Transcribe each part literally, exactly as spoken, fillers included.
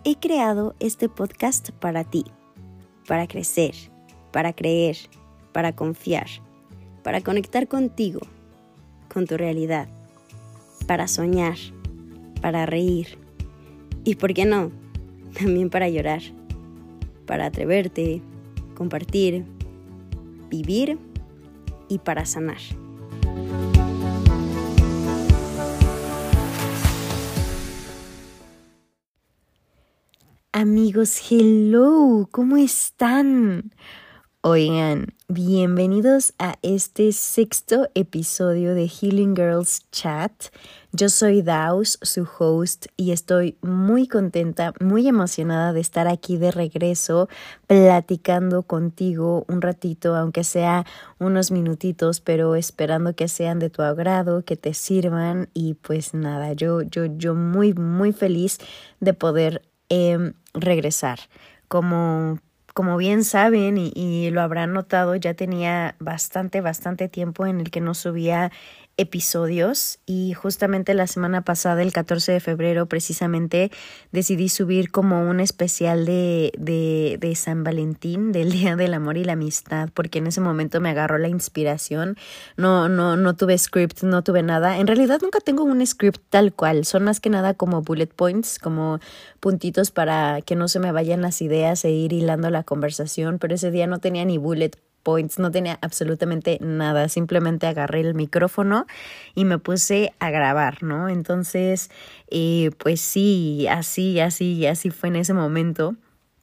He creado este podcast para ti, para crecer, para creer, para confiar, para conectar contigo, con tu realidad, para soñar, para reír y, ¿por qué no?, también para llorar, para atreverte, compartir, vivir y para sanar. Amigos, hello, ¿cómo están? Oigan, bienvenidos a este sexto episodio de Healing Girls Chat. Yo soy Daus, su host, y estoy muy contenta, muy emocionada de estar aquí de regreso, platicando contigo un ratito, aunque sea unos minutitos, pero esperando que sean de tu agrado, que te sirvan. Y pues nada, yo, yo, yo muy, muy feliz de poder eh, regresar. Como... Como bien saben y, y lo habrán notado, ya tenía bastante, bastante tiempo en el que no subía episodios y justamente la semana pasada, el catorce de febrero, precisamente decidí subir como un especial de, de, de San Valentín, del Día del Amor y la Amistad, porque en ese momento me agarró la inspiración. No, no, no tuve script, no tuve nada. En realidad nunca tengo un script tal cual, son más que nada como bullet points, como puntitos para que no se me vayan las ideas e ir hilando la conversación, pero ese día no tenía ni bullet points, no tenía absolutamente nada, simplemente agarré el micrófono y me puse a grabar, ¿no? Entonces, eh, pues sí, así, así, así fue en ese momento.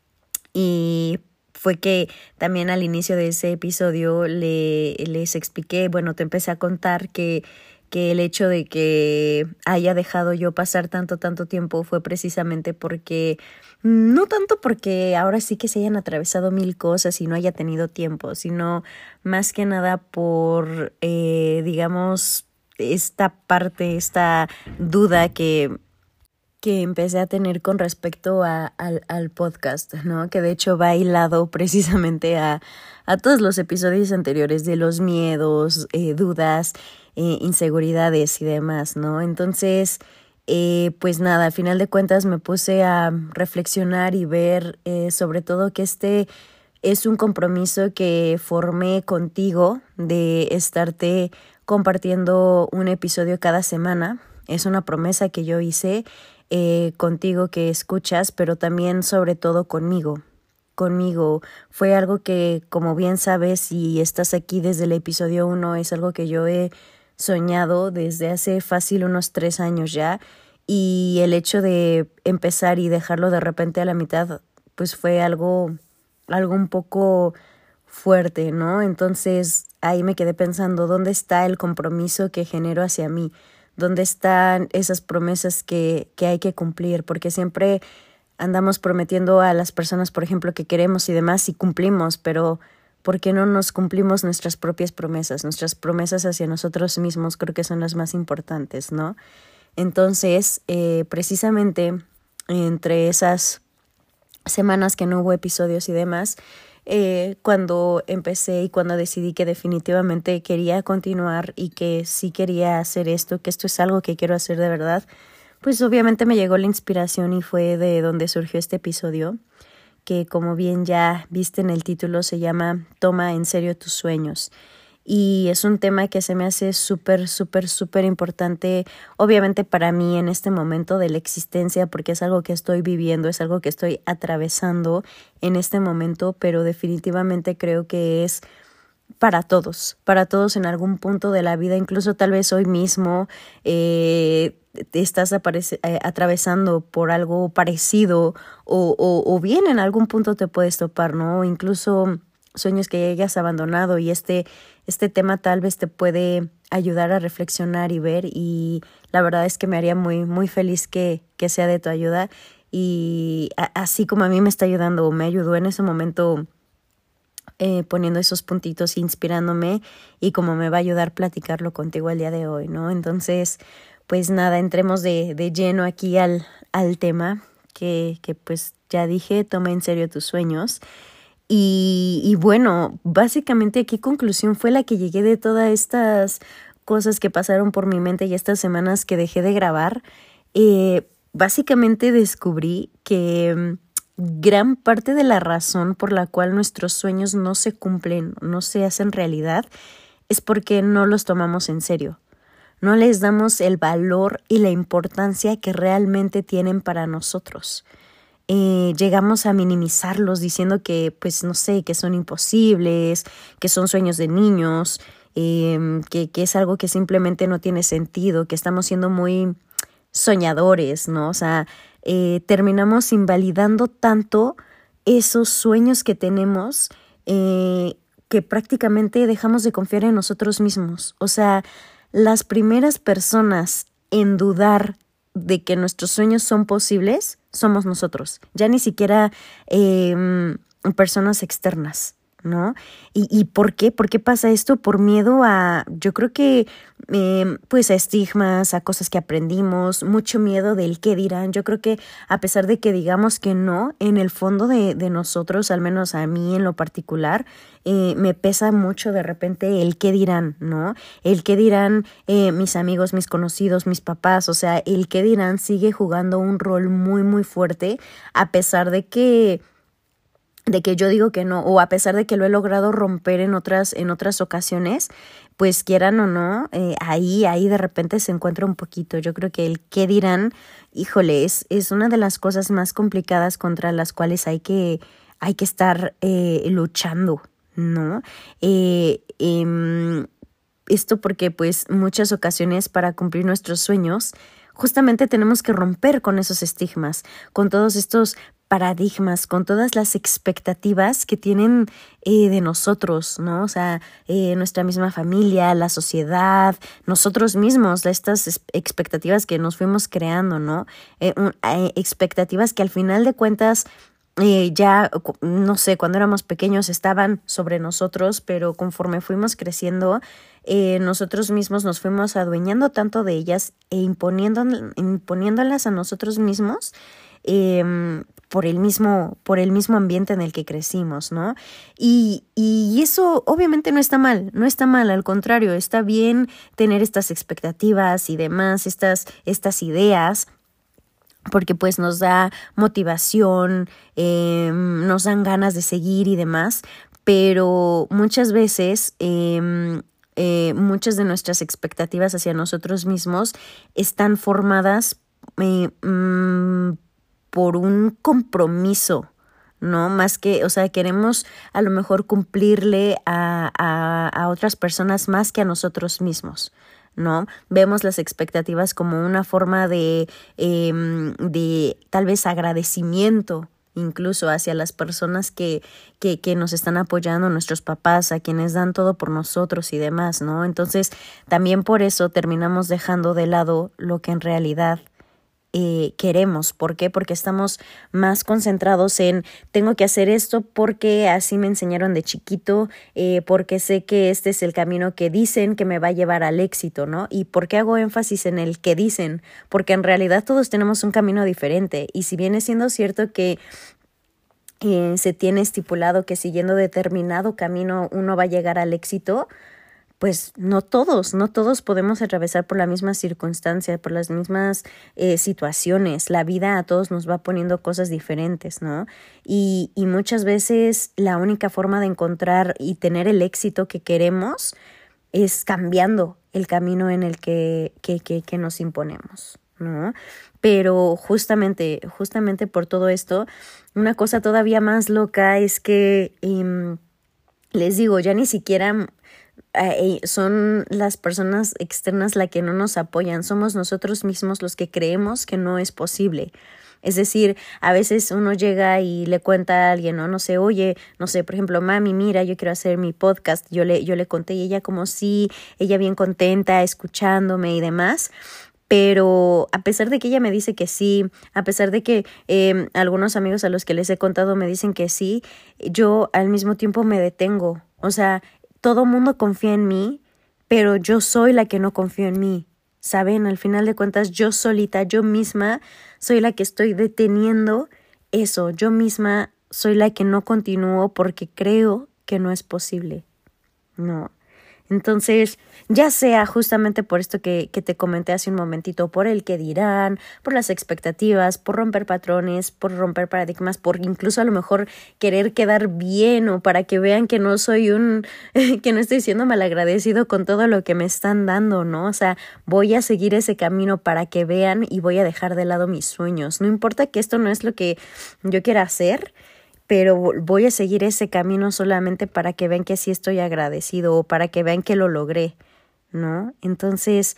Y fue que también al inicio de ese episodio le, les expliqué, bueno, te empecé a contar que que el hecho de que haya dejado yo pasar tanto, tanto tiempo fue precisamente porque, no tanto porque ahora sí que se hayan atravesado mil cosas y no haya tenido tiempo, sino más que nada por, eh, digamos, esta parte, esta duda que... que empecé a tener con respecto a, al, al podcast, ¿no? Que de hecho va hilado precisamente a, a todos los episodios anteriores de los miedos, eh, dudas, eh, inseguridades y demás, ¿no? Entonces, eh, pues nada, al final de cuentas me puse a reflexionar y ver eh, sobre todo que este es un compromiso que formé contigo de estarte compartiendo un episodio cada semana. Es una promesa que yo hice Eh, contigo que escuchas, pero también sobre todo conmigo, conmigo. Fue algo que, como bien sabes, si estás aquí desde el episodio uno, es algo que yo he soñado desde hace fácil unos tres años ya, y el hecho de empezar y dejarlo de repente a la mitad, pues fue algo, algo un poco fuerte, ¿no? Entonces ahí me quedé pensando, ¿dónde está el compromiso que genero hacia mí? ¿Dónde están esas promesas que, que hay que cumplir? Porque siempre andamos prometiendo a las personas, por ejemplo, que queremos y demás, y cumplimos, pero ¿por qué no nos cumplimos nuestras propias promesas? Nuestras promesas hacia nosotros mismos creo que son las más importantes, ¿no? Entonces, eh, precisamente entre esas semanas que no hubo episodios y demás, Eh, cuando empecé y cuando decidí que definitivamente quería continuar y que sí quería hacer esto, que esto es algo que quiero hacer de verdad, pues obviamente me llegó la inspiración y fue de donde surgió este episodio, que como bien ya viste en el título se llama Toma en serio tus sueños. Y es un tema que se me hace súper, súper, súper importante, obviamente para mí en este momento de la existencia, porque es algo que estoy viviendo, es algo que estoy atravesando en este momento, pero definitivamente creo que es para todos, para todos en algún punto de la vida, incluso tal vez hoy mismo eh, te estás aparece, eh, atravesando por algo parecido o, o, o bien en algún punto te puedes topar, ¿no? Incluso sueños que hayas abandonado y este, este tema tal vez te puede ayudar a reflexionar y ver, y la verdad es que me haría muy, muy feliz que, que sea de tu ayuda, y a, así como a mí me está ayudando o me ayudó en ese momento eh, poniendo esos puntitos, inspirándome, y como me va a ayudar platicarlo contigo el día de hoy, ¿no? Entonces, pues nada, entremos de, de lleno aquí al, al tema que, que pues ya dije, toma en serio tus sueños. Y, y bueno, básicamente, ¿qué conclusión fue la que llegué de todas estas cosas que pasaron por mi mente y estas semanas que dejé de grabar? Eh, básicamente descubrí que gran parte de la razón por la cual nuestros sueños no se cumplen, no se hacen realidad, es porque no los tomamos en serio. No les damos el valor y la importancia que realmente tienen para nosotros. Eh, llegamos a minimizarlos diciendo que, pues, no sé, que son imposibles, que son sueños de niños, eh, que, que es algo que simplemente no tiene sentido, que estamos siendo muy soñadores, ¿no? O sea, eh, terminamos invalidando tanto esos sueños que tenemos eh, que prácticamente dejamos de confiar en nosotros mismos. O sea, las primeras personas en dudar de que nuestros sueños son posibles somos nosotros, ya ni siquiera eh, personas externas, ¿no? ¿Y, y por qué? ¿Por qué pasa esto? Por miedo a, yo creo que, eh, pues a estigmas, a cosas que aprendimos, mucho miedo del qué dirán. Yo creo que a pesar de que digamos que no, en el fondo de, de nosotros, al menos a mí en lo particular, eh, me pesa mucho de repente el qué dirán, ¿no? El qué dirán eh, mis amigos, mis conocidos, mis papás, o sea, el qué dirán sigue jugando un rol muy, muy fuerte, a pesar de que de que yo digo que no, o a pesar de que lo he logrado romper en otras, en otras ocasiones, pues quieran o no, eh, ahí, ahí de repente se encuentra un poquito. Yo creo que el qué dirán, híjole, es, es una de las cosas más complicadas contra las cuales hay que, hay que estar eh, luchando, ¿no? Eh, eh, esto porque pues muchas ocasiones para cumplir nuestros sueños, justamente tenemos que romper con esos estigmas, con todos estos paradigmas, con todas las expectativas que tienen eh, de nosotros, ¿no? O sea, eh, nuestra misma familia, la sociedad, nosotros mismos, estas expectativas que nos fuimos creando, ¿no? Eh, un, eh, expectativas que al final de cuentas eh, ya, no sé, cuando éramos pequeños estaban sobre nosotros, pero conforme fuimos creciendo, eh, nosotros mismos nos fuimos adueñando tanto de ellas e imponiendo, imponiéndolas a nosotros mismos, eh, por el mismo, por el mismo ambiente en el que crecimos, ¿no? Y, y eso obviamente no está mal, no está mal, al contrario, está bien tener estas expectativas y demás, estas, estas ideas, porque pues nos da motivación, eh, nos dan ganas de seguir y demás, pero muchas veces eh, eh, muchas de nuestras expectativas hacia nosotros mismos están formadas eh, mmm, por un compromiso, ¿no? Más que, o sea, queremos a lo mejor cumplirle a, a, a otras personas más que a nosotros mismos, ¿no? Vemos las expectativas como una forma de, eh, de tal vez agradecimiento incluso hacia las personas que, que, que nos están apoyando, nuestros papás, a quienes dan todo por nosotros y demás, ¿no? Entonces, también por eso terminamos dejando de lado lo que en realidad Eh, queremos. ¿Por qué? Porque estamos más concentrados en tengo que hacer esto porque así me enseñaron de chiquito, eh, porque sé que este es el camino que dicen que me va a llevar al éxito, ¿no? ¿Y por qué hago énfasis en el que dicen? Porque en realidad todos tenemos un camino diferente, y si viene siendo cierto que eh, se tiene estipulado que siguiendo determinado camino uno va a llegar al éxito, pues no todos, no todos podemos atravesar por la misma circunstancia, por las mismas eh, situaciones. La vida a todos nos va poniendo cosas diferentes, ¿no? Y, y muchas veces la única forma de encontrar y tener el éxito que queremos es cambiando el camino en el que, que, que, que nos imponemos, ¿no? Pero justamente, justamente por todo esto, una cosa todavía más loca es que, eh, les digo, ya ni siquiera Eh, son las personas externas las que no nos apoyan, somos nosotros mismos los que creemos que no es posible. Es decir, a veces uno llega y le cuenta a alguien, ¿no? No sé, oye, no sé, por ejemplo, mami, mira, yo quiero hacer mi podcast. Yo le, yo le conté y ella como sí, ella bien contenta, escuchándome y demás. Pero a pesar de que ella me dice que sí, a pesar de que eh, algunos amigos a los que les he contado me dicen que sí, yo al mismo tiempo me detengo. O sea, todo mundo confía en mí, pero yo soy la que no confío en mí, ¿saben? Al final de cuentas, yo solita, yo misma, soy la que estoy deteniendo eso. Yo misma soy la que no continúo porque creo que no es posible, ¿no? Entonces, ya sea justamente por esto que, que te comenté hace un momentito, por el que dirán, por las expectativas, por romper patrones, por romper paradigmas, por incluso a lo mejor querer quedar bien o para que vean que no soy un, que no estoy siendo malagradecido con todo lo que me están dando, ¿no? O sea, voy a seguir ese camino para que vean y voy a dejar de lado mis sueños. No importa que esto no es lo que yo quiera hacer, pero voy a seguir ese camino solamente para que vean que sí estoy agradecido o para que vean que lo logré, ¿no? Entonces,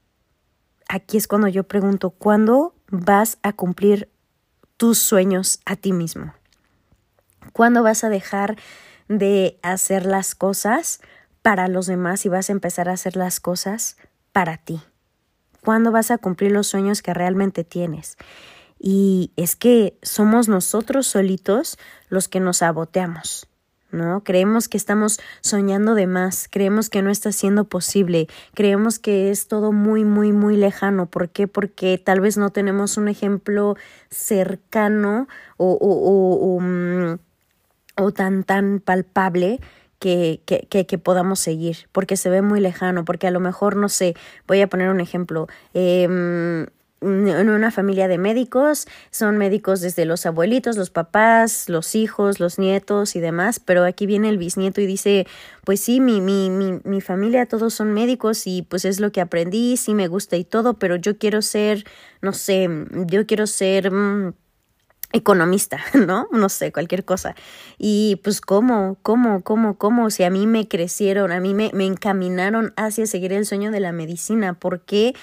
aquí es cuando yo pregunto, ¿cuándo vas a cumplir tus sueños a ti mismo? ¿Cuándo vas a dejar de hacer las cosas para los demás y vas a empezar a hacer las cosas para ti? ¿Cuándo vas a cumplir los sueños que realmente tienes? Y es que somos nosotros solitos los que nos saboteamos, ¿no? Creemos que estamos soñando de más, creemos que no está siendo posible, creemos que es todo muy, muy, muy lejano. ¿Por qué? Porque tal vez no tenemos un ejemplo cercano o, o, o, o, o tan, tan palpable que, que, que, que podamos seguir, porque se ve muy lejano, porque a lo mejor, no sé, voy a poner un ejemplo, eh, en una familia de médicos, son médicos desde los abuelitos, los papás, los hijos, los nietos y demás, pero aquí viene el bisnieto y dice, pues sí, mi, mi, mi, mi familia todos son médicos y pues es lo que aprendí, sí me gusta y todo, pero yo quiero ser, no sé, yo quiero ser mmm, economista, ¿no? No sé, cualquier cosa. Y pues, ¿cómo? ¿Cómo? ¿Cómo? ¿Cómo? Si a mí me crecieron, a mí me, me encaminaron hacia seguir el sueño de la medicina, ¿por qué?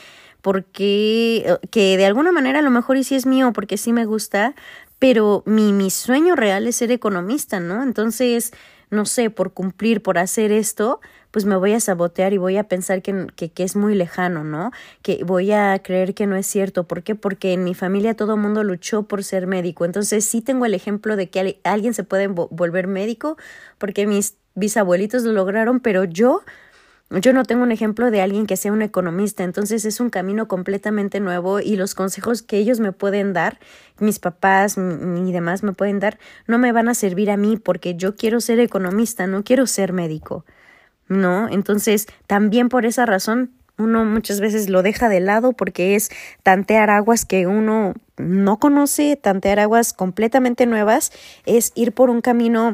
Porque que de alguna manera a lo mejor y sí es mío, porque sí me gusta, pero mi, mi sueño real es ser economista, ¿no? Entonces, no sé, por cumplir, por hacer esto, pues me voy a sabotear y voy a pensar que, que, que es muy lejano, ¿no? Que voy a creer que no es cierto. ¿Por qué? Porque en mi familia todo el mundo luchó por ser médico. Entonces sí tengo el ejemplo de que alguien se puede volver médico porque mis bisabuelitos lo lograron, pero yo... Yo no tengo un ejemplo de alguien que sea un economista, entonces es un camino completamente nuevo y los consejos que ellos me pueden dar, mis papás y demás me pueden dar, no me van a servir a mí porque yo quiero ser economista, no quiero ser médico, ¿no? Entonces, también por esa razón, uno muchas veces lo deja de lado porque es tantear aguas que uno no conoce, tantear aguas completamente nuevas, es ir por un camino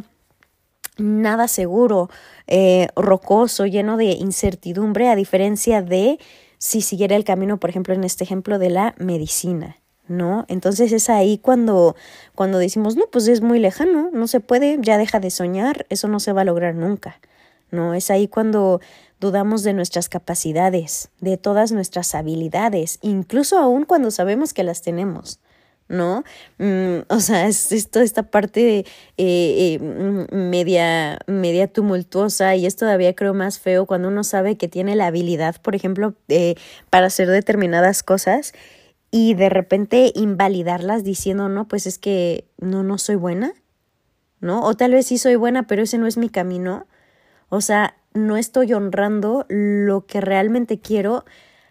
nada seguro, eh, rocoso, lleno de incertidumbre, a diferencia de si siguiera el camino, por ejemplo, en este ejemplo de la medicina, ¿no? Entonces es ahí cuando, cuando decimos, no, pues es muy lejano, no se puede, ya deja de soñar, eso no se va a lograr nunca, ¿no? Es ahí cuando dudamos de nuestras capacidades, de todas nuestras habilidades, incluso aún cuando sabemos que las tenemos, ¿no? Mm, o sea, es, es toda esta parte eh, eh, media, media tumultuosa y es todavía creo más feo cuando uno sabe que tiene la habilidad, por ejemplo, eh, para hacer determinadas cosas y de repente invalidarlas diciendo, no, pues es que no, no soy buena, ¿no? O tal vez sí soy buena, pero ese no es mi camino. O sea, no estoy honrando lo que realmente quiero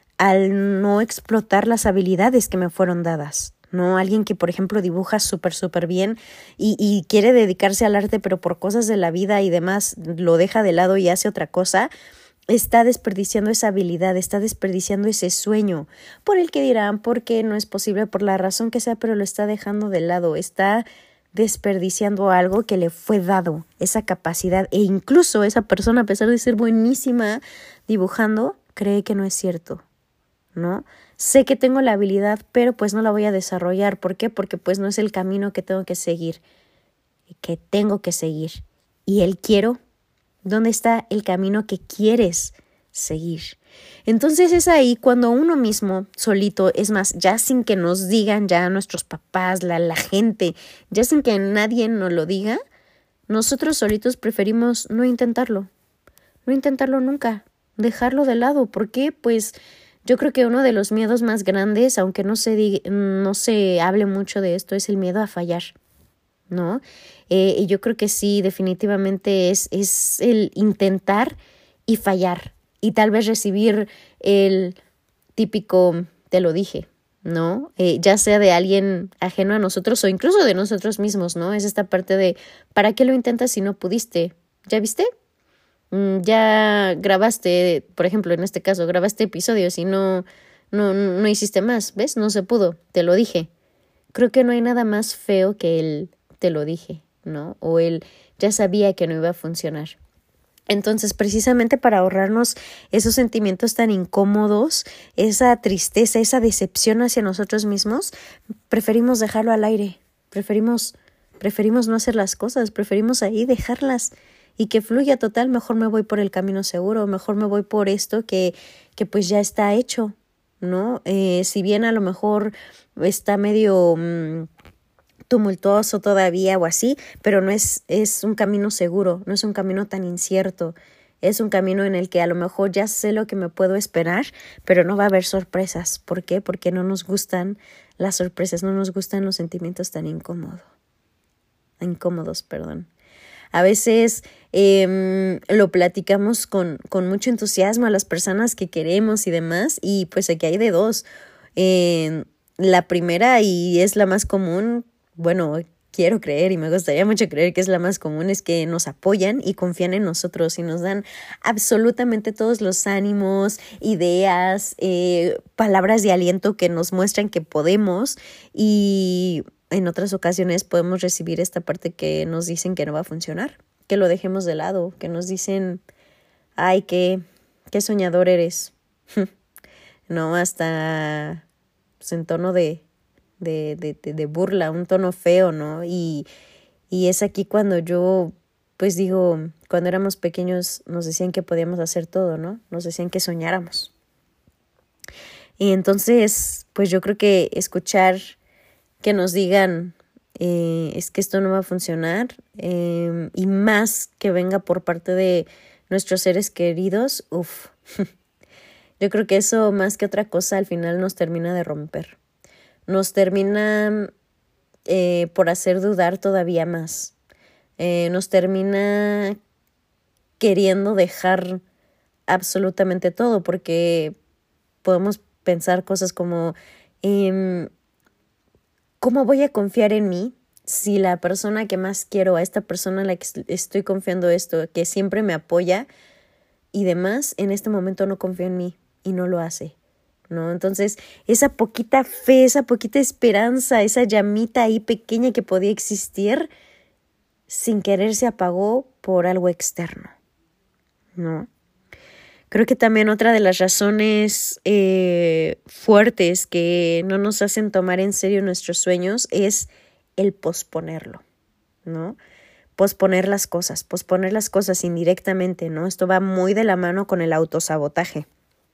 al no explotar las habilidades que me fueron dadas. ¿No? Alguien que, por ejemplo, dibuja súper, súper bien y, y quiere dedicarse al arte, pero por cosas de la vida y demás lo deja de lado y hace otra cosa, está desperdiciando esa habilidad, está desperdiciando ese sueño, por el que dirán, porque no es posible, por la razón que sea, pero lo está dejando de lado, está desperdiciando algo que le fue dado, esa capacidad, e incluso esa persona, a pesar de ser buenísima dibujando, cree que no es cierto, ¿no? Sé que tengo la habilidad, pero pues no la voy a desarrollar. ¿Por qué? Porque pues no es el camino que tengo que seguir, que tengo que seguir. Y el quiero, ¿dónde está el camino que quieres seguir? Entonces es ahí cuando uno mismo, solito, es más, ya sin que nos digan ya nuestros papás, la, la gente, ya sin que nadie nos lo diga, nosotros solitos preferimos no intentarlo, no intentarlo nunca, dejarlo de lado. ¿Por qué? Pues yo creo que uno de los miedos más grandes, aunque no se diga, no se hable mucho de esto, es el miedo a fallar, ¿no? Eh, y yo creo que sí, definitivamente es, es el intentar y fallar y tal vez recibir el típico te lo dije, ¿no? Eh, ya sea de alguien ajeno a nosotros o incluso de nosotros mismos, ¿no? Es esta parte de ¿para qué lo intentas si no pudiste? ¿Ya viste? ya grabaste, por ejemplo, en este caso, grabaste episodios y no, no, no hiciste más, ¿ves? No se pudo, te lo dije. Creo que no hay nada más feo que el te lo dije, ¿no? O el ya sabía que no iba a funcionar. Entonces, precisamente para ahorrarnos esos sentimientos tan incómodos, esa tristeza, esa decepción hacia nosotros mismos, preferimos dejarlo al aire, preferimos, preferimos no hacer las cosas, preferimos ahí dejarlas y que fluya total. Mejor me voy por el camino seguro, mejor me voy por esto que, que pues ya está hecho, ¿no? Eh, si bien a lo mejor está medio mmm, tumultuoso todavía o así, pero no es, es un camino seguro, no es un camino tan incierto, es un camino en el que a lo mejor ya sé lo que me puedo esperar, pero no va a haber sorpresas. ¿Por qué? Porque no nos gustan las sorpresas, no nos gustan los sentimientos tan incómodos, incómodos, perdón. A veces eh, lo platicamos con, con mucho entusiasmo a las personas que queremos y demás, y pues aquí hay de dos. Eh, la primera, y es la más común, bueno, quiero creer y me gustaría mucho creer que es la más común, es que nos apoyan y confían en nosotros y nos dan absolutamente todos los ánimos, ideas, eh, palabras de aliento que nos muestran que podemos, y en otras ocasiones podemos recibir esta parte que nos dicen que no va a funcionar, que lo dejemos de lado, que nos dicen, ay, qué, qué soñador eres. No, hasta pues, en tono de, de, de, de, de burla, un tono feo, ¿no? Y, y es aquí cuando yo, pues digo, cuando éramos pequeños nos decían que podíamos hacer todo, ¿no? Nos decían que soñáramos. Y entonces, pues yo creo que escuchar que nos digan eh, es que esto no va a funcionar eh, y más que venga por parte de nuestros seres queridos, uff, yo creo que eso más que otra cosa al final nos termina de romper, nos termina eh, por hacer dudar todavía más, eh, nos termina queriendo dejar absolutamente todo, porque podemos pensar cosas como eh, ¿cómo voy a confiar en mí si la persona que más quiero, a esta persona a la que estoy confiando esto, que siempre me apoya y demás, en este momento no confía en mí y no lo hace, ¿no? Entonces, esa poquita fe, esa poquita esperanza, esa llamita ahí pequeña que podía existir, sin querer se apagó por algo externo, ¿no? Creo que también otra de las razones eh, fuertes que no nos hacen tomar en serio nuestros sueños es el posponerlo, ¿no? Posponer las cosas, posponer las cosas indirectamente, ¿no? Esto va muy de la mano con el autosabotaje,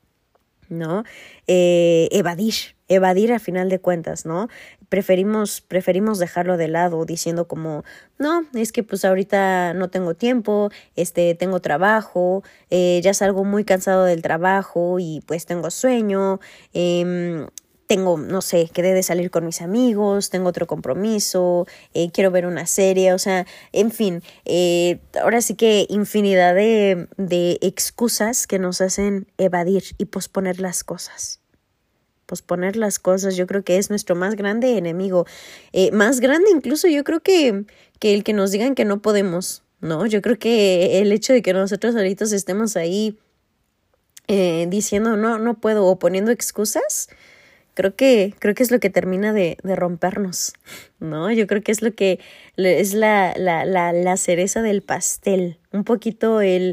¿no? Eh, evadir, evadir a final de cuentas, ¿no? Preferimos, preferimos dejarlo de lado diciendo como, no, es que pues ahorita no tengo tiempo, este, tengo trabajo, eh, ya salgo muy cansado del trabajo y pues tengo sueño, eh, tengo, no sé, quedé de salir con mis amigos, tengo otro compromiso, eh, quiero ver una serie, o sea, en fin, eh, ahora sí que infinidad de, de excusas que nos hacen evadir y posponer las cosas. Posponer las cosas, yo creo que es nuestro más grande enemigo, eh, más grande incluso yo creo que, que el que nos digan que no podemos, ¿no? Yo creo que el hecho de que nosotros ahorita estemos ahí eh, diciendo no, no puedo o poniendo excusas, creo que, creo que es lo que termina de, de rompernos, ¿no? Yo creo que es lo que es la, la, la, la cereza del pastel, un poquito el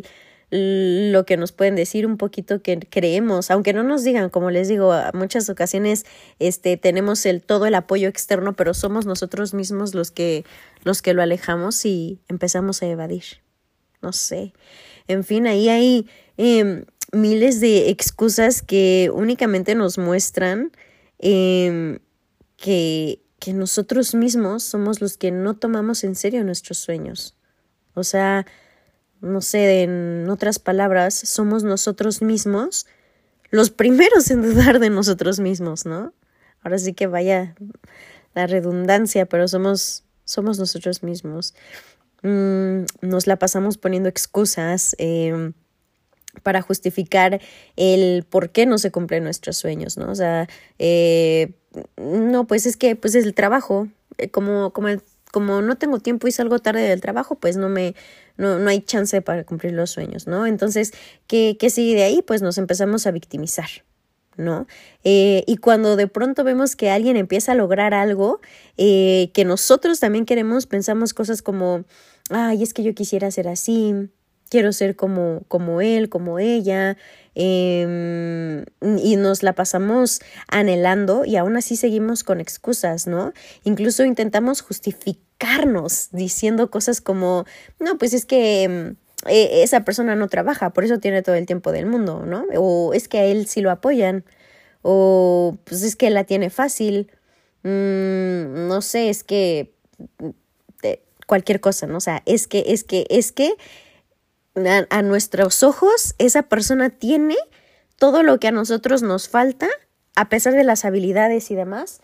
lo que nos pueden decir, un poquito que creemos, aunque no nos digan, como les digo, a muchas ocasiones este tenemos el todo el apoyo externo, pero somos nosotros mismos los que los que lo alejamos y empezamos a evadir. No sé. En fin, ahí hay eh, miles de excusas que únicamente nos muestran eh, que, que nosotros mismos somos los que no tomamos en serio nuestros sueños. O sea, no sé, en otras palabras, somos nosotros mismos los primeros en dudar de nosotros mismos, ¿no? Ahora sí que vaya la redundancia, pero somos, somos nosotros mismos. Mm, nos la pasamos poniendo excusas eh, para justificar el por qué no se cumplen nuestros sueños, ¿no? O sea, eh, no, pues es que pues es el trabajo, eh, como, como como no tengo tiempo y salgo tarde del trabajo, pues no me, no, no hay chance para cumplir los sueños, ¿no? Entonces, ¿qué, qué sigue de ahí? Pues nos empezamos a victimizar, ¿no? Eh, y cuando de pronto vemos que alguien empieza a lograr algo eh, que nosotros también queremos, pensamos cosas como, ay, es que yo quisiera ser así, quiero ser como, como él, como ella, eh, y nos la pasamos anhelando y aún así seguimos con excusas, ¿no? Incluso intentamos justificarnos diciendo cosas como, no, pues es que eh, esa persona no trabaja, por eso tiene todo el tiempo del mundo, ¿no? O es que a él sí lo apoyan, o pues es que la tiene fácil, mm, no sé, es que eh, cualquier cosa, ¿no? O sea, es que, es que, es que a, a nuestros ojos esa persona tiene todo lo que a nosotros nos falta, a pesar de las habilidades y demás,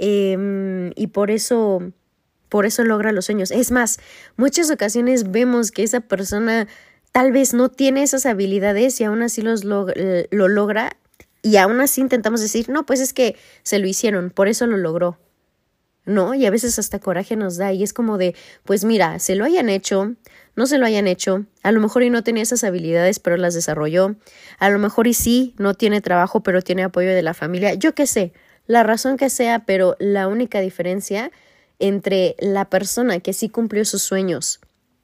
eh, y por eso, por eso logra los sueños. Es más, muchas ocasiones vemos que esa persona tal vez no tiene esas habilidades y aún así los log- lo logra, y aún así intentamos decir, no, pues es que se lo hicieron, por eso lo logró, ¿no? Y a veces hasta coraje nos da y es como de, pues mira, se lo hayan hecho, no se lo hayan hecho, a lo mejor y no tenía esas habilidades, pero las desarrolló, a lo mejor y sí, no tiene trabajo, pero tiene apoyo de la familia, yo qué sé, la razón que sea, pero la única diferencia entre la persona que sí cumplió sus sueños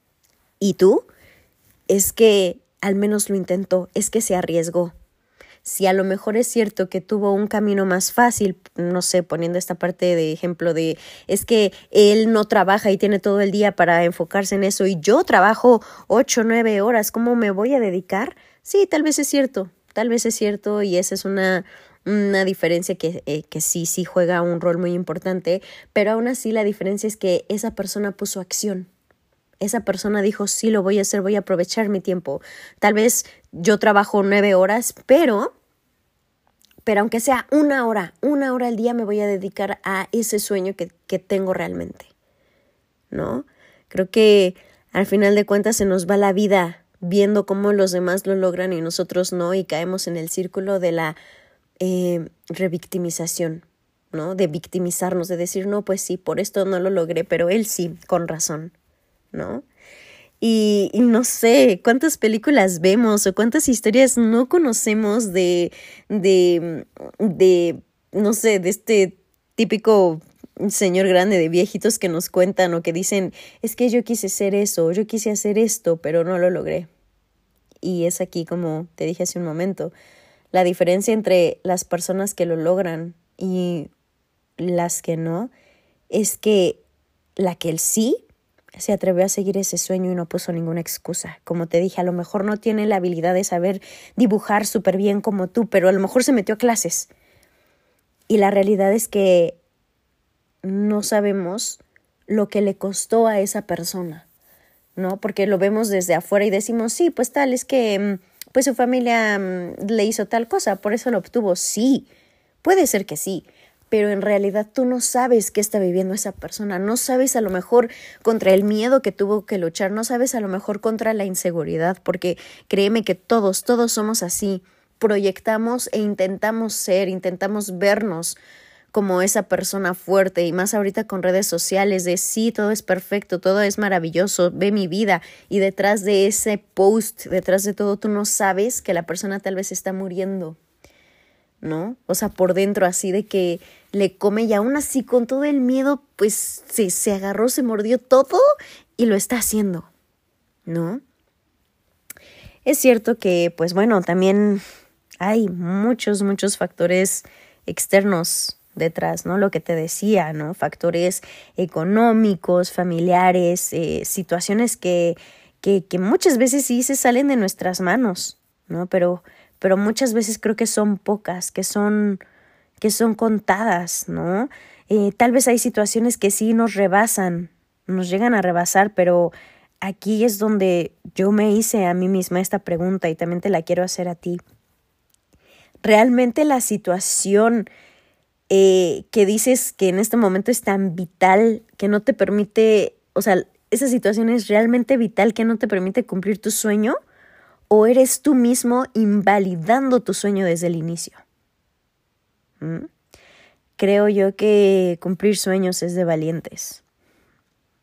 y tú es que al menos lo intentó, es que se arriesgó. Si a lo mejor es cierto que tuvo un camino más fácil, no sé, poniendo esta parte de ejemplo de es que él no trabaja y tiene todo el día para enfocarse en eso y yo trabajo ocho, nueve horas, ¿cómo me voy a dedicar? Sí, tal vez es cierto, tal vez es cierto y esa es una, una diferencia que, eh, que sí, sí juega un rol muy importante, pero aún así la diferencia es que esa persona puso acción. Esa persona dijo, sí, lo voy a hacer, voy a aprovechar mi tiempo. Tal vez yo trabajo nueve horas, pero, pero aunque sea una hora, una hora al día me voy a dedicar a ese sueño que, que tengo realmente, ¿no? Creo que al final de cuentas se nos va la vida viendo cómo los demás lo logran y nosotros no, y caemos en el círculo de la eh, revictimización, ¿no? De victimizarnos, de decir, no, pues sí, por esto no lo logré, pero él sí, con razón, ¿no? Y, y no sé cuántas películas vemos o cuántas historias no conocemos de, de, de, no sé, de este típico señor grande de viejitos que nos cuentan o que dicen, es que yo quise ser eso, yo quise hacer esto, pero no lo logré. Y es aquí, como te dije hace un momento, la diferencia entre las personas que lo logran y las que no, es que la que el sí se atrevió a seguir ese sueño y no puso ninguna excusa. Como te dije, a lo mejor no tiene la habilidad de saber dibujar súper bien como tú, pero a lo mejor se metió a clases. Y la realidad es que no sabemos lo que le costó a esa persona, ¿no? Porque lo vemos desde afuera y decimos, sí, pues tal, es que pues su familia le hizo tal cosa, por eso lo obtuvo. Sí, puede ser que sí, pero en realidad tú no sabes qué está viviendo esa persona, no sabes a lo mejor contra el miedo que tuvo que luchar, no sabes a lo mejor contra la inseguridad, porque créeme que todos, todos somos así, proyectamos e intentamos ser, intentamos vernos como esa persona fuerte y más ahorita con redes sociales de sí, todo es perfecto, todo es maravilloso, ve mi vida y detrás de ese post, detrás de todo tú no sabes que la persona tal vez está muriendo, ¿no? O sea, por dentro así de que le come y aún así con todo el miedo pues se, se agarró, se mordió todo y lo está haciendo, ¿no? Es cierto que pues bueno, también hay muchos, muchos factores externos detrás, ¿no? Lo que te decía, ¿no? Factores económicos, familiares, eh, situaciones que, que, que muchas veces sí se salen de nuestras manos, ¿no? Pero pero muchas veces creo que son pocas, que son, que son contadas, ¿no? Eh, tal vez hay situaciones que sí nos rebasan, nos llegan a rebasar, pero aquí es donde yo me hice a mí misma esta pregunta y también te la quiero hacer a ti. ¿Realmente la situación eh, que dices que en este momento es tan vital que no te permite, o sea, esa situación es realmente vital que no te permite cumplir tu sueño? ¿O eres tú mismo invalidando tu sueño desde el inicio? ¿Mm? Creo yo que cumplir sueños es de valientes.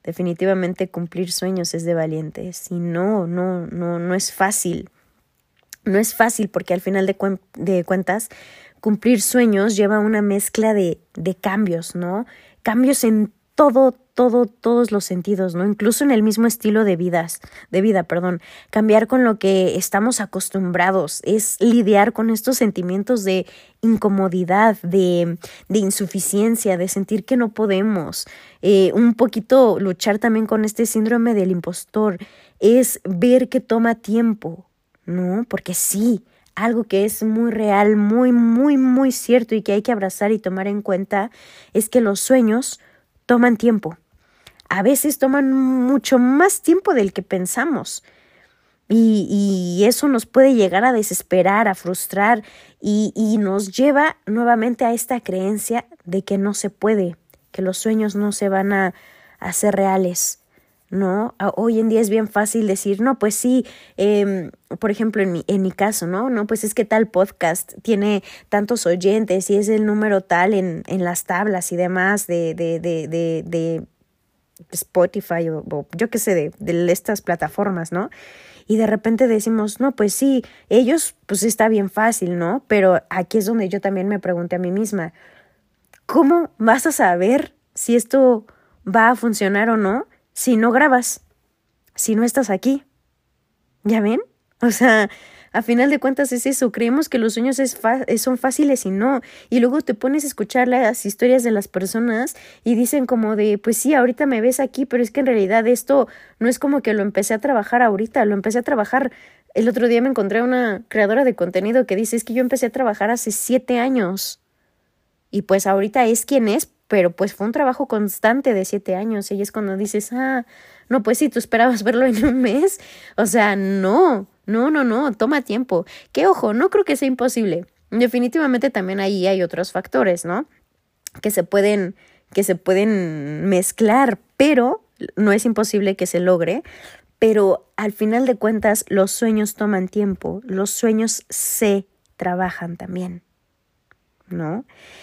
Definitivamente cumplir sueños es de valientes y no, no, no, no es fácil. No es fácil porque al final de, cu- de cuentas cumplir sueños lleva una mezcla de, de cambios, ¿no? Cambios en todo, todo, todos los sentidos, ¿no? Incluso en el mismo estilo de vidas, de vida, perdón. Cambiar con lo que estamos acostumbrados es lidiar con estos sentimientos de incomodidad, de, de insuficiencia, de sentir que no podemos. Eh, un poquito luchar también con este síndrome del impostor. Es ver que toma tiempo, ¿no? Porque sí, algo que es muy real, muy, muy, muy cierto y que hay que abrazar y tomar en cuenta es que los sueños toman tiempo. A veces toman mucho más tiempo del que pensamos. Y, y eso nos puede llegar a desesperar, a frustrar y, y nos lleva nuevamente a esta creencia de que no se puede, que los sueños no se van a hacer reales, ¿no? Hoy en día es bien fácil decir, no, pues sí, eh, por ejemplo, en mi, en mi caso, ¿no? No, pues es que tal podcast tiene tantos oyentes y es el número tal en, en las tablas y demás de, de, de, de, de Spotify o, o yo qué sé, de, de estas plataformas, ¿no? Y de repente decimos, no, pues sí, ellos, pues está bien fácil, ¿no? Pero aquí es donde yo también me pregunté a mí misma, ¿cómo vas a saber si esto va a funcionar o no si no grabas, si no estás aquí? ¿Ya ven? O sea, a final de cuentas es eso, creemos que los sueños es fa- son fáciles y no. Y luego te pones a escuchar las historias de las personas y dicen como de, pues sí, ahorita me ves aquí, pero es que en realidad esto no es como que lo empecé a trabajar ahorita, lo empecé a trabajar. El otro día me encontré a una creadora de contenido que dice, es que yo empecé a trabajar hace siete años. Y pues ahorita es quien es, pero pues fue un trabajo constante de siete años. Y es cuando dices, ah, no, pues sí, tú esperabas verlo en un mes. O sea, no, no, no, no, toma tiempo. Que ojo, no creo que sea imposible. Definitivamente también ahí hay otros factores, ¿no? Que se pueden, que se pueden mezclar, pero no es imposible que se logre. Pero al final de cuentas, los sueños toman tiempo. Los sueños se trabajan también, ¿no?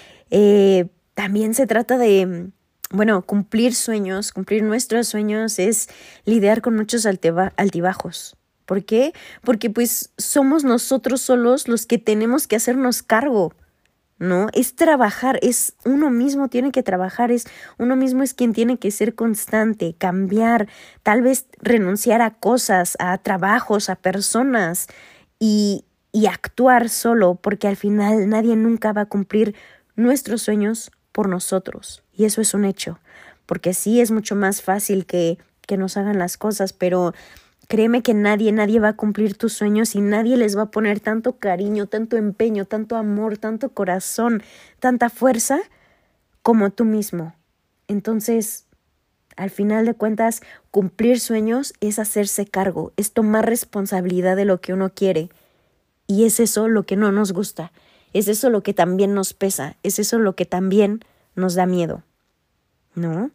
Eh, también se trata de, bueno, cumplir sueños, cumplir nuestros sueños es lidiar con muchos altiba- altibajos. ¿Por qué? Porque pues somos nosotros solos los que tenemos que hacernos cargo, ¿no? Es trabajar, es uno mismo tiene que trabajar, es uno mismo es quien tiene que ser constante, cambiar, tal vez renunciar a cosas, a trabajos, a personas y, y actuar solo, porque al final nadie nunca va a cumplir nuestros sueños por nosotros. Y eso es un hecho, porque sí es mucho más fácil que, que nos hagan las cosas, pero créeme que nadie, nadie va a cumplir tus sueños y nadie les va a poner tanto cariño, tanto empeño, tanto amor, tanto corazón, tanta fuerza como tú mismo. Entonces, al final de cuentas, cumplir sueños es hacerse cargo, es tomar responsabilidad de lo que uno quiere. Y es eso lo que no nos gusta. Es eso lo que también nos pesa, es eso lo que también nos da miedo, ¿no?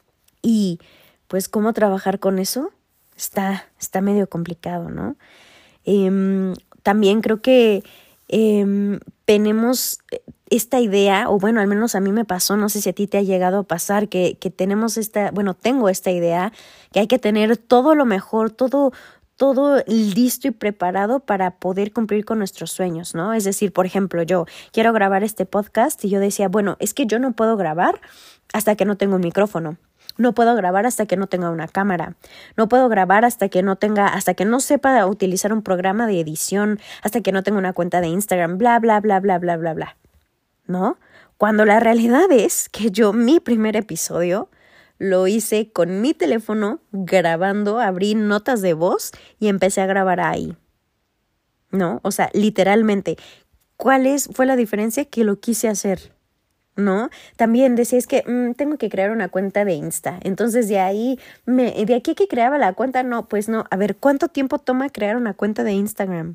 Y pues cómo trabajar con eso está, está medio complicado, ¿no? Eh, también creo que eh, tenemos esta idea, o bueno, al menos a mí me pasó, no sé si a ti te ha llegado a pasar, que, que tenemos esta, bueno, tengo esta idea, que hay que tener todo lo mejor, todo todo listo y preparado para poder cumplir con nuestros sueños, ¿no? Es decir, por ejemplo, yo quiero grabar este podcast y yo decía, bueno, es que yo no puedo grabar hasta que no tengo un micrófono. No puedo grabar hasta que no tenga una cámara. No puedo grabar hasta que no tenga, hasta que no sepa utilizar un programa de edición, hasta que no tenga una cuenta de Instagram, bla, bla, bla, bla, bla, bla, bla. ¿No? Cuando la realidad es que yo, mi primer episodio, lo hice con mi teléfono grabando, abrí notas de voz y empecé a grabar ahí, ¿no? O sea, literalmente, ¿cuál es, fue la diferencia? Que lo quise hacer, ¿no? También decía, es que mmm, tengo que crear una cuenta de Insta. Entonces de ahí, me, de aquí que creaba la cuenta, no, pues no. A ver, ¿cuánto tiempo toma crear una cuenta de Instagram?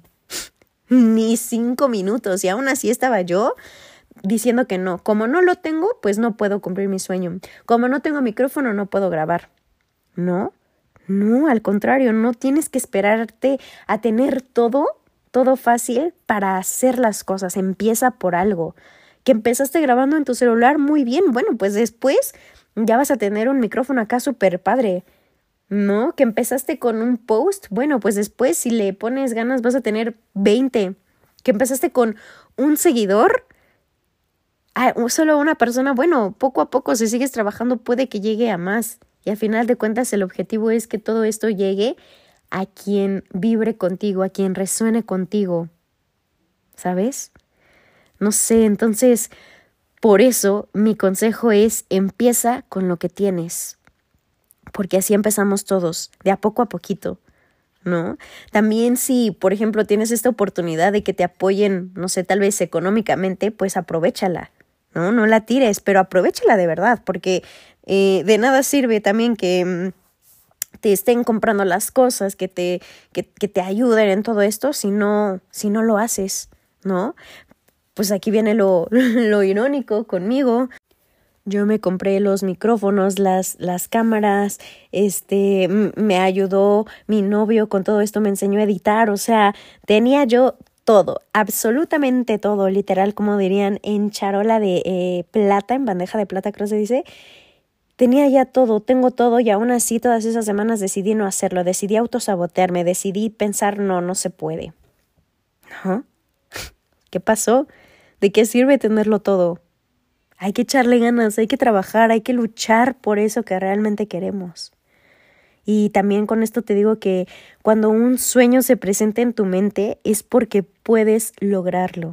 Ni cinco minutos y aún así estaba yo diciendo que no, como no lo tengo, pues no puedo cumplir mi sueño. Como no tengo micrófono, no puedo grabar. ¿No? No, al contrario, no tienes que esperarte a tener todo, todo fácil para hacer las cosas. Empieza por algo. Que empezaste grabando en tu celular, muy bien. Bueno, pues después ya vas a tener un micrófono acá súper padre, ¿no? Que empezaste con un post, bueno, pues después si le pones ganas vas a tener veinte. Que empezaste con un seguidor, ah, solo una persona, bueno, poco a poco si sigues trabajando puede que llegue a más. Y al final de cuentas el objetivo es que todo esto llegue a quien vibre contigo, a quien resuene contigo, ¿sabes? No sé, entonces, por eso mi consejo es empieza con lo que tienes, porque así empezamos todos, de a poco a poquito, ¿no? También si, por ejemplo, tienes esta oportunidad de que te apoyen, no sé, tal vez económicamente, pues aprovéchala, ¿no? No la tires, pero aprovéchala de verdad, porque eh, de nada sirve también que mmm, te estén comprando las cosas, que te, que, que te ayuden en todo esto, si no, si no lo haces, ¿no? Pues aquí viene lo, lo irónico conmigo. Yo me compré los micrófonos, las, las cámaras, este, m- me ayudó mi novio con todo esto, me enseñó a editar, o sea, tenía yo todo, absolutamente todo, literal, como dirían, en charola de eh, plata, en bandeja de plata, creo que se dice. Tenía ya todo, tengo todo y aún así todas esas semanas decidí no hacerlo, decidí autosabotearme, decidí pensar, no, no se puede. ¿No? ¿Qué pasó? ¿De qué sirve tenerlo todo? Hay que echarle ganas, hay que trabajar, hay que luchar por eso que realmente queremos. Y también con esto te digo que cuando un sueño se presenta en tu mente es porque puedes lograrlo.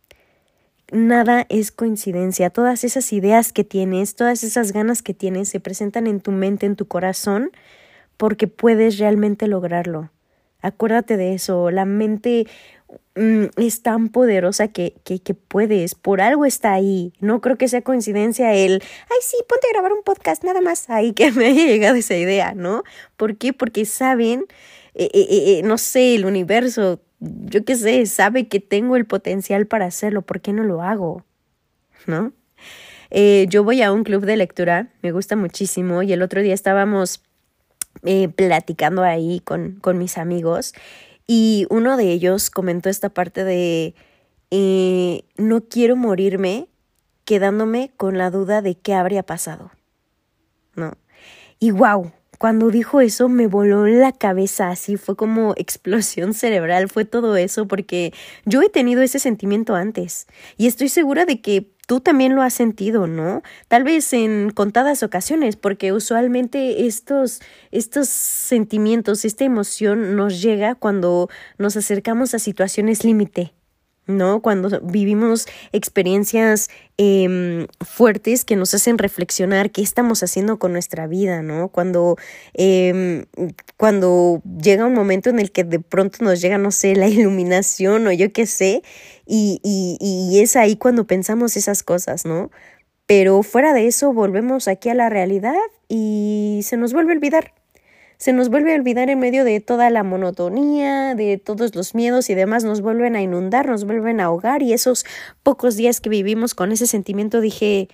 Nada es coincidencia. Todas esas ideas que tienes, todas esas ganas que tienes se presentan en tu mente, en tu corazón, porque puedes realmente lograrlo. Acuérdate de eso. La mente mm, es tan poderosa que, que, que puedes. Por algo está ahí. No creo que sea coincidencia el, ay sí, ponte a grabar un podcast, nada más. Ahí que me haya llegado esa idea, ¿no? ¿Por qué? Porque saben, eh, eh, eh, no sé, el universo, yo qué sé, sabe que tengo el potencial para hacerlo. ¿Por qué no lo hago? ¿No? Eh, yo voy a un club de lectura, me gusta muchísimo, y el otro día estábamos eh, platicando ahí con, con mis amigos y uno de ellos comentó esta parte de eh, no quiero morirme quedándome con la duda de qué habría pasado, ¿no? Y wow, cuando dijo eso me voló la cabeza, así fue como explosión cerebral, fue todo eso, porque yo he tenido ese sentimiento antes y estoy segura de que tú también lo has sentido, ¿no? Tal vez en contadas ocasiones, porque usualmente estos, estos sentimientos, esta emoción nos llega cuando nos acercamos a situaciones límite, ¿no? Cuando vivimos experiencias eh, fuertes que nos hacen reflexionar qué estamos haciendo con nuestra vida, ¿no? Cuando, eh, cuando llega un momento en el que de pronto nos llega, no sé, la iluminación o yo qué sé, y, y, y es ahí cuando pensamos esas cosas, ¿no? Pero fuera de eso volvemos aquí a la realidad y se nos vuelve a olvidar. Se nos vuelve a olvidar en medio de toda la monotonía, de todos los miedos y demás, nos vuelven a inundar, nos vuelven a ahogar y esos pocos días que vivimos con ese sentimiento dije,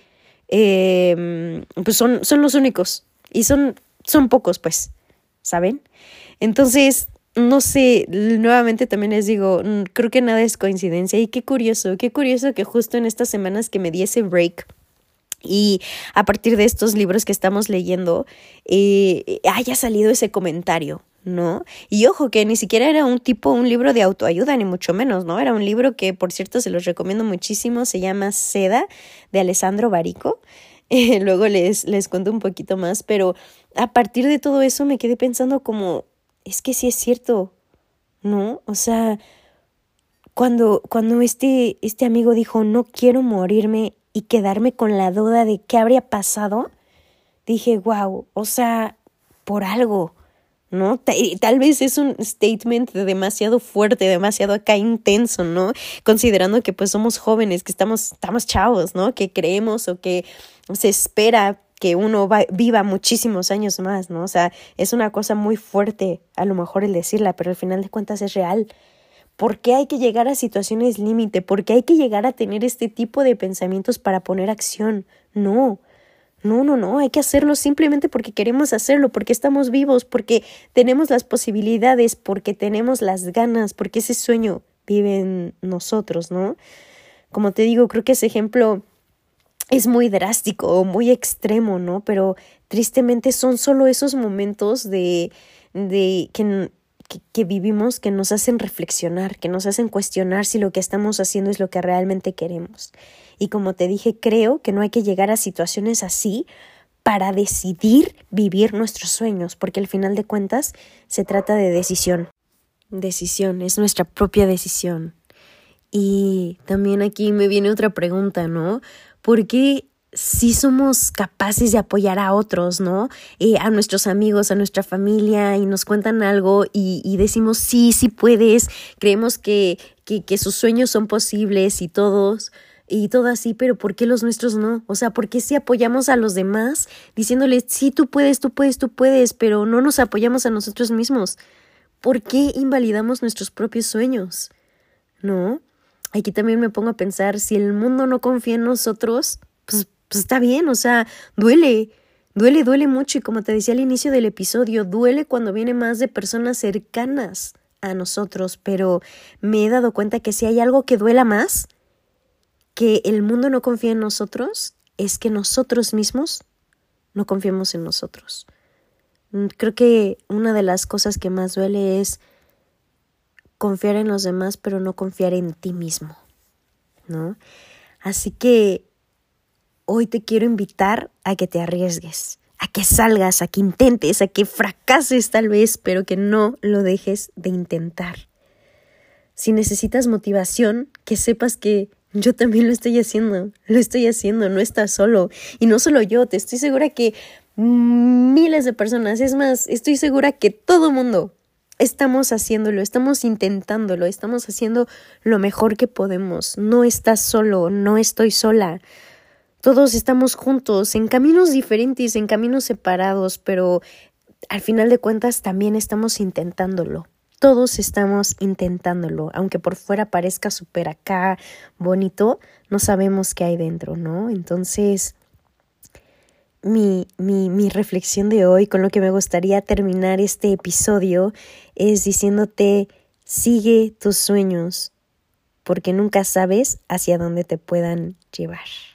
eh, pues son, son los únicos y son, son pocos pues, ¿saben? Entonces, no sé, nuevamente también les digo, creo que nada es coincidencia y qué curioso, qué curioso que justo en estas semanas que me di ese break y a partir de estos libros que estamos leyendo, eh, haya salido ese comentario, ¿no? Y ojo, que ni siquiera era un tipo, un libro de autoayuda, ni mucho menos, ¿no? Era un libro que, por cierto, se los recomiendo muchísimo, se llama Seda, de Alessandro Barico. Eh, luego les, les cuento un poquito más, pero a partir de todo eso me quedé pensando como, es que sí es cierto, ¿no? O sea, cuando, cuando este, este amigo dijo, no quiero morirme y quedarme con la duda de qué habría pasado, dije, wow, o sea, por algo, ¿no? Tal vez es un statement demasiado fuerte, demasiado acá intenso, ¿no? Considerando que pues somos jóvenes, que estamos, estamos chavos, ¿no? Que creemos o que se espera que uno va, viva muchísimos años más, ¿no? O sea, es una cosa muy fuerte a lo mejor el decirla, pero al final de cuentas es real. ¿Por qué hay que llegar a situaciones límite? ¿Por qué hay que llegar a tener este tipo de pensamientos para poner acción? No, no, no, no, hay que hacerlo simplemente porque queremos hacerlo, porque estamos vivos, porque tenemos las posibilidades, porque tenemos las ganas, porque ese sueño vive en nosotros, ¿no? Como te digo, creo que ese ejemplo es muy drástico o muy extremo, ¿no? Pero tristemente son solo esos momentos de, de que, que, que vivimos que nos hacen reflexionar, que nos hacen cuestionar si lo que estamos haciendo es lo que realmente queremos. Y como te dije, creo que no hay que llegar a situaciones así para decidir vivir nuestros sueños, porque al final de cuentas se trata de decisión. Decisión, es nuestra propia decisión. Y también aquí me viene otra pregunta, ¿no? ¿Por qué sí somos capaces de apoyar a otros, ¿no? Eh, a nuestros amigos, a nuestra familia, y nos cuentan algo y, y decimos, sí, sí puedes, creemos que, que, que sus sueños son posibles y todos, y todo así, pero ¿por qué los nuestros no? O sea, ¿por qué sí apoyamos a los demás diciéndoles, sí, tú puedes, tú puedes, tú puedes, pero no nos apoyamos a nosotros mismos? ¿Por qué invalidamos nuestros propios sueños? ¿No? Aquí también me pongo a pensar, si el mundo no confía en nosotros, pues, pues está bien, o sea, duele, duele, duele mucho. Y como te decía al inicio del episodio, duele cuando viene más de personas cercanas a nosotros, pero me he dado cuenta que si hay algo que duela más, que el mundo no confía en nosotros, es que nosotros mismos no confiamos en nosotros. Creo que una de las cosas que más duele es confiar en los demás, pero no confiar en ti mismo, ¿no? Así que hoy te quiero invitar a que te arriesgues, a que salgas, a que intentes, a que fracases tal vez, pero que no lo dejes de intentar. Si necesitas motivación, que sepas que yo también lo estoy haciendo, lo estoy haciendo, no estás solo. Y no solo yo, te estoy segura que miles de personas, es más, estoy segura que todo mundo estamos haciéndolo, estamos intentándolo, estamos haciendo lo mejor que podemos. No estás solo, no estoy sola. Todos estamos juntos, en caminos diferentes, en caminos separados, pero al final de cuentas también estamos intentándolo. Todos estamos intentándolo, aunque por fuera parezca súper acá bonito, no sabemos qué hay dentro, ¿no? Entonces, mi, mi, mi reflexión de hoy, con lo que me gustaría terminar este episodio, es diciéndote, sigue tus sueños, porque nunca sabes hacia dónde te puedan llevar.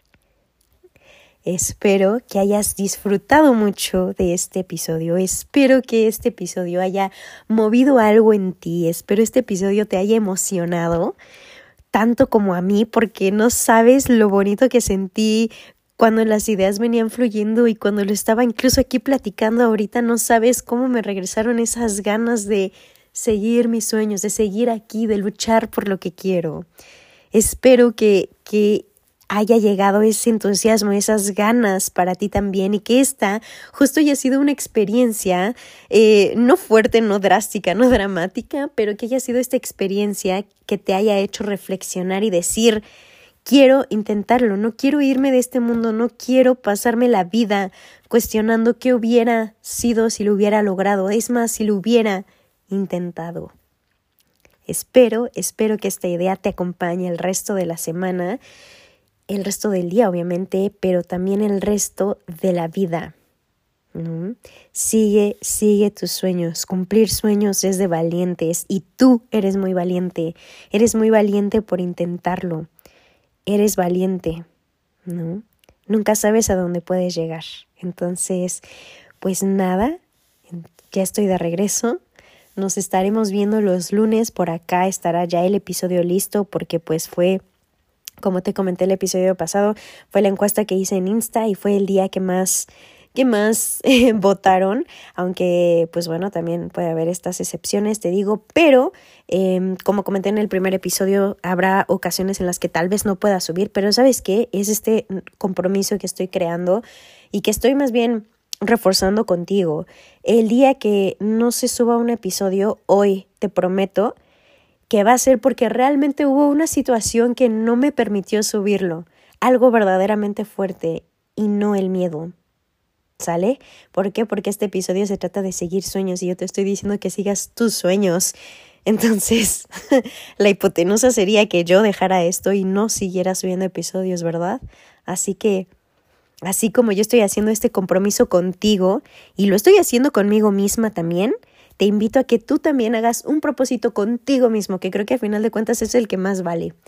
Espero que hayas disfrutado mucho de este episodio. Espero que este episodio haya movido algo en ti. Espero este episodio te haya emocionado tanto como a mí, porque no sabes lo bonito que sentí cuando las ideas venían fluyendo y cuando lo estaba incluso aquí platicando ahorita. No sabes cómo me regresaron esas ganas de seguir mis sueños, de seguir aquí, de luchar por lo que quiero. Espero que, que haya llegado ese entusiasmo, esas ganas para ti también, y que esta justo haya sido una experiencia eh, no fuerte, no drástica, no dramática, pero que haya sido esta experiencia que te haya hecho reflexionar y decir, quiero intentarlo, no quiero irme de este mundo, no quiero pasarme la vida cuestionando qué hubiera sido si lo hubiera logrado, es más, si lo hubiera intentado. Espero, espero que esta idea te acompañe el resto de la semana, el resto del día obviamente, pero también el resto de la vida. ¿No? Sigue, sigue tus sueños. Cumplir sueños es de valientes y tú eres muy valiente. Eres muy valiente por intentarlo. Eres valiente, ¿no? Nunca sabes a dónde puedes llegar. Entonces, pues nada, ya estoy de regreso. Nos estaremos viendo los lunes. Por acá estará ya el episodio listo porque pues fue, como te comenté el episodio pasado, fue la encuesta que hice en Insta y fue el día que más, que más eh, votaron, aunque pues bueno, también puede haber estas excepciones, te digo, pero eh, como comenté en el primer episodio, habrá ocasiones en las que tal vez no pueda subir, pero ¿sabes qué? Es este compromiso que estoy creando y que estoy más bien reforzando contigo. El día que no se suba un episodio, hoy te prometo que va a ser porque realmente hubo una situación que no me permitió subirlo, algo verdaderamente fuerte y no el miedo, ¿sale? ¿Por qué? Porque este episodio se trata de seguir sueños y yo te estoy diciendo que sigas tus sueños. Entonces, la hipotenusa sería que yo dejara esto y no siguiera subiendo episodios, ¿verdad? Así que, así como yo estoy haciendo este compromiso contigo y lo estoy haciendo conmigo misma también, te invito a que tú también hagas un propósito contigo mismo, que creo que al final de cuentas es el que más vale.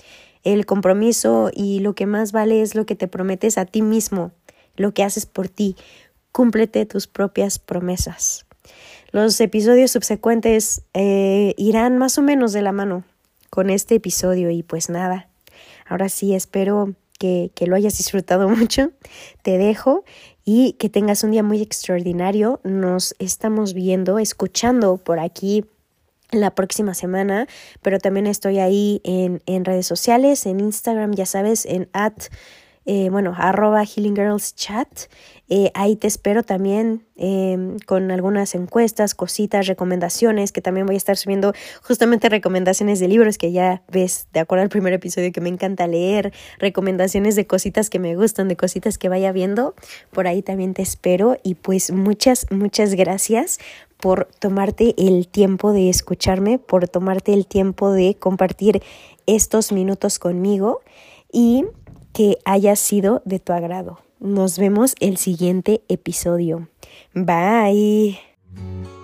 el compromiso y lo que más vale es lo que te prometes a ti mismo, lo que haces por ti. Cúmplete tus propias promesas. Los episodios subsecuentes eh, irán más o menos de la mano con este episodio y pues nada, ahora sí espero que, que lo hayas disfrutado mucho. Te dejo y que tengas un día muy extraordinario. Nos estamos viendo, escuchando por aquí la próxima semana, pero también estoy ahí en, en redes sociales, en Instagram, ya sabes, en at, eh, bueno, arroba Healing Girls Chat. Eh, ahí te espero también eh, con algunas encuestas, cositas, recomendaciones, que también voy a estar subiendo justamente recomendaciones de libros que ya ves, de acuerdo al primer episodio, que me encanta leer, recomendaciones de cositas que me gustan, de cositas que vaya viendo. Por ahí también te espero y pues muchas, muchas gracias por tomarte el tiempo de escucharme, por tomarte el tiempo de compartir estos minutos conmigo y que haya sido de tu agrado. Nos vemos el siguiente episodio. Bye.